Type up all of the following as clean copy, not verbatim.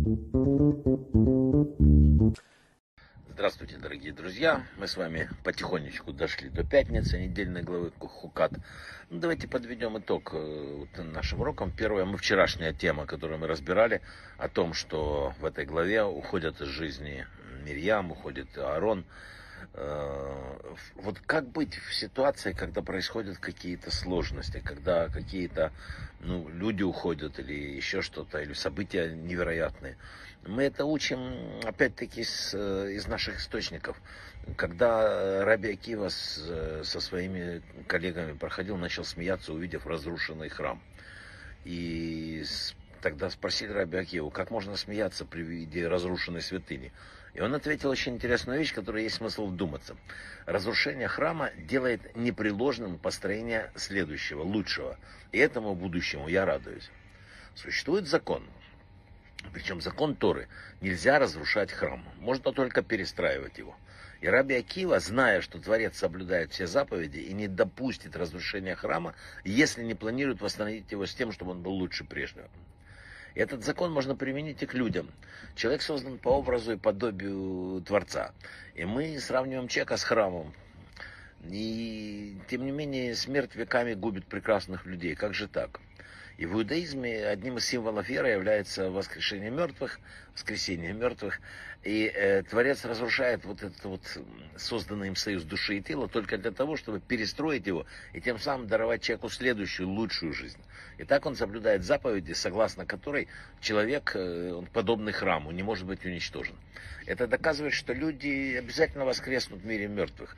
Здравствуйте, дорогие друзья! Мы с вами потихонечку дошли до пятницы, недельной главы Хукат. Ну, давайте подведем итог нашим урокам. Первая, вчерашняя тема, которую мы разбирали, о том, что в этой главе уходят из жизни Мирьям, уходит Аарон. Вот как быть в ситуации, когда происходят какие-то сложности, когда какие-то люди уходят или еще что-то, или события невероятные. Мы это учим, опять-таки, из наших источников. Когда Раби Акива со своими коллегами проходил, начал смеяться, увидев разрушенный храм. И тогда спросили Раби Акиву, как можно смеяться при виде разрушенной святыни. И он ответил очень интересную вещь, в которой есть смысл вдуматься. Разрушение храма делает непреложным построение следующего, лучшего. И этому будущему я радуюсь. Существует закон. Причем закон Торы. Нельзя разрушать храм. Можно только перестраивать его. И Раби Акива, зная, что Творец соблюдает все заповеди и не допустит разрушения храма, если не планирует восстановить его с тем, чтобы он был лучше прежнего. И этот закон можно применить и к людям. Человек создан по образу и подобию Творца. И мы сравниваем человека с храмом. И тем не менее смерть веками губит прекрасных людей. Как же так? И в иудаизме одним из символов веры является воскрешение мертвых, воскресение мертвых. И Творец разрушает вот этот вот созданный им союз души и тела только для того, чтобы перестроить его и тем самым даровать человеку следующую, лучшую жизнь. И так он соблюдает заповеди, согласно которой человек, он подобный храму, не может быть уничтожен. Это доказывает, что люди обязательно воскреснут в мире мертвых.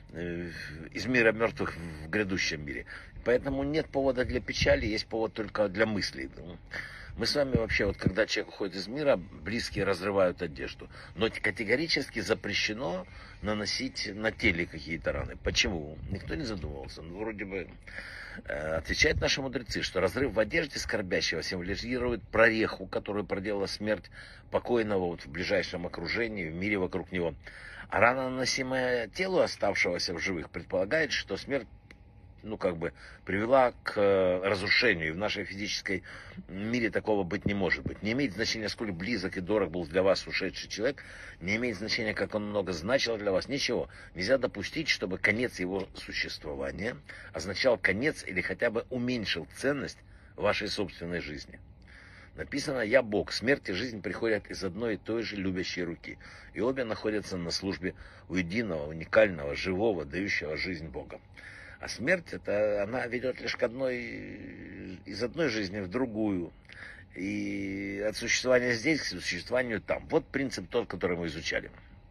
Из мира мертвых в грядущем мире. Поэтому нет повода для печали, есть повод только для мыслей. Мы с вами вообще, вот когда человек уходит из мира, близкие разрывают одежду. Но категорически запрещено наносить на теле какие-то раны. Почему? Никто не задумывался. Вроде бы отвечают наши мудрецы, что разрыв в одежде скорбящего символизирует прореху, которую проделала смерть покойного вот в ближайшем окружении, в мире вокруг него. А рана, наносимая телу оставшегося в живых, предполагает, что смерть привела к разрушению. И в нашей физической мире такого быть не может быть. Не имеет значения, сколь близок и дорог был для вас ушедший человек. Не имеет значения, как он много значил для вас. Ничего. Нельзя допустить, чтобы конец его существования означал конец или хотя бы уменьшил ценность вашей собственной жизни. Написано: «Я Бог, смерть и жизнь приходят из одной и той же любящей руки». И обе находятся на службе у единого, уникального, живого, дающего жизнь Бога. А смерть, она ведет лишь из одной жизни в другую. И от существования здесь к существованию там. Вот принцип тот, который мы изучали.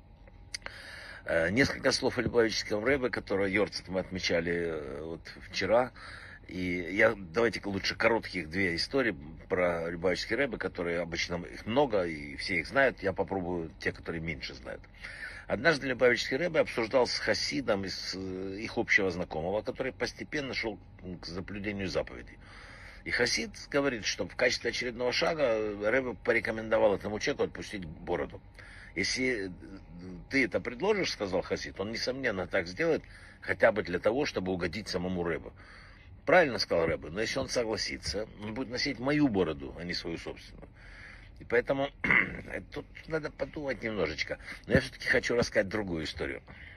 Несколько слов о Любавическом Ребе, которое Йорцет мы отмечали вчера. И давайте-ка лучше коротких две истории про Любавический Ребе, которые обычно их много, и все их знают. Я попробую те, которые меньше знают. Однажды Любавический Ребе обсуждал с хасидом из их общего знакомого, который постепенно шел к соблюдению заповедей. И хасид говорит, что в качестве очередного шага Ребе порекомендовал этому человеку отпустить бороду. Если ты это предложишь, сказал хасид, он несомненно так сделает, хотя бы для того, чтобы угодить самому Ребе. Правильно сказал Ребе, но если он согласится, он будет носить мою бороду, а не свою собственную. И поэтому тут надо подумать немножечко. Но я все-таки хочу рассказать другую историю.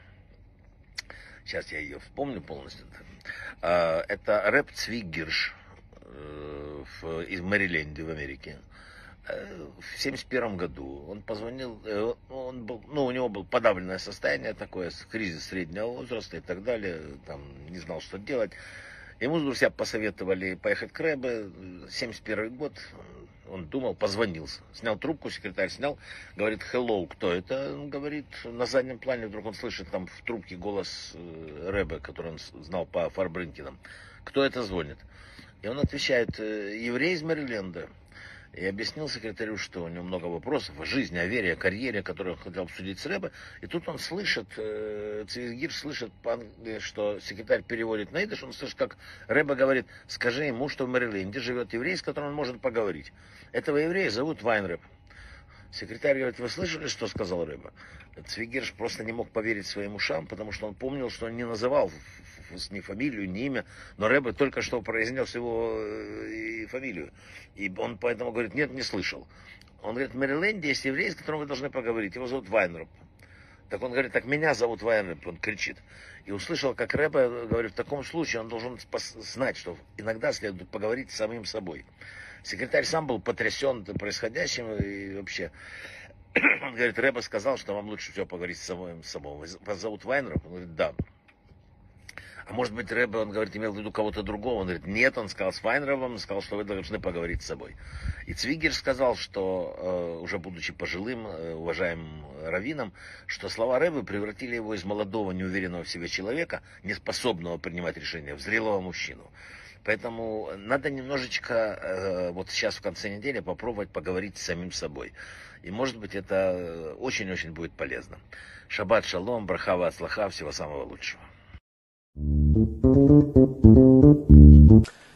Сейчас я ее вспомню полностью. Это рэб Цви Гирш из Мэриленда в Америке. В 1971 году он позвонил, у него было подавленное состояние такое, кризис среднего возраста и так далее, там не знал, что делать. Ему друзья посоветовали поехать к Ребе. 1971 год. Он думал, позвонил, снял трубку, секретарь снял, говорит: hello, кто это? Он говорит, на заднем плане вдруг он слышит там в трубке голос Ребе, который он знал по Фарбринкинам. Кто это звонит? И он отвечает: еврей из Мэриленда. И объяснил секретарю, что у него много вопросов о жизни, о вере, о карьере, которые он хотел обсудить с Ребе. И тут он слышит, Цви Гирш слышит, что секретарь переводит на идиш, он слышит, как Ребе говорит: скажи ему, что в Мэриленде живет еврей, с которым он может поговорить. Этого еврея зовут Вайнреб. Секретарь говорит: вы слышали, что сказал Ребе? Цви Гирш просто не мог поверить своим ушам, потому что он помнил, что он не называл ни фамилию, ни имя, но Ребе только что произнес его фамилию. И он поэтому говорит: нет, не слышал. Он говорит, в Мэриленде есть еврей, с которым вы должны поговорить. Его зовут Вайнроп. Так он говорит, так меня зовут Вайнроп, он кричит. И услышал, как Ребе говорит, в таком случае он должен знать, что иногда следует поговорить с самим собой. Секретарь сам был потрясен происходящим и вообще... Он говорит, Ребе сказал, что вам лучше всего поговорить с самим собой. Вас зовут Вайнроп? Он говорит, да. А может быть, Ребе, он говорит, имел в виду кого-то другого. Он говорит, нет, он сказал с Вайнровым, он сказал, что вы должны поговорить с собой. И Цвигер сказал, что, уже будучи пожилым, уважаемым раввином, что слова Ребе превратили его из молодого, неуверенного в себе человека, неспособного принимать решения, в зрелого мужчину. Поэтому надо немножечко, вот сейчас в конце недели, попробовать поговорить с самим собой. И, может быть, это очень-очень будет полезно. Шаббат шалом, браха ва-ацлаха, всего самого лучшего.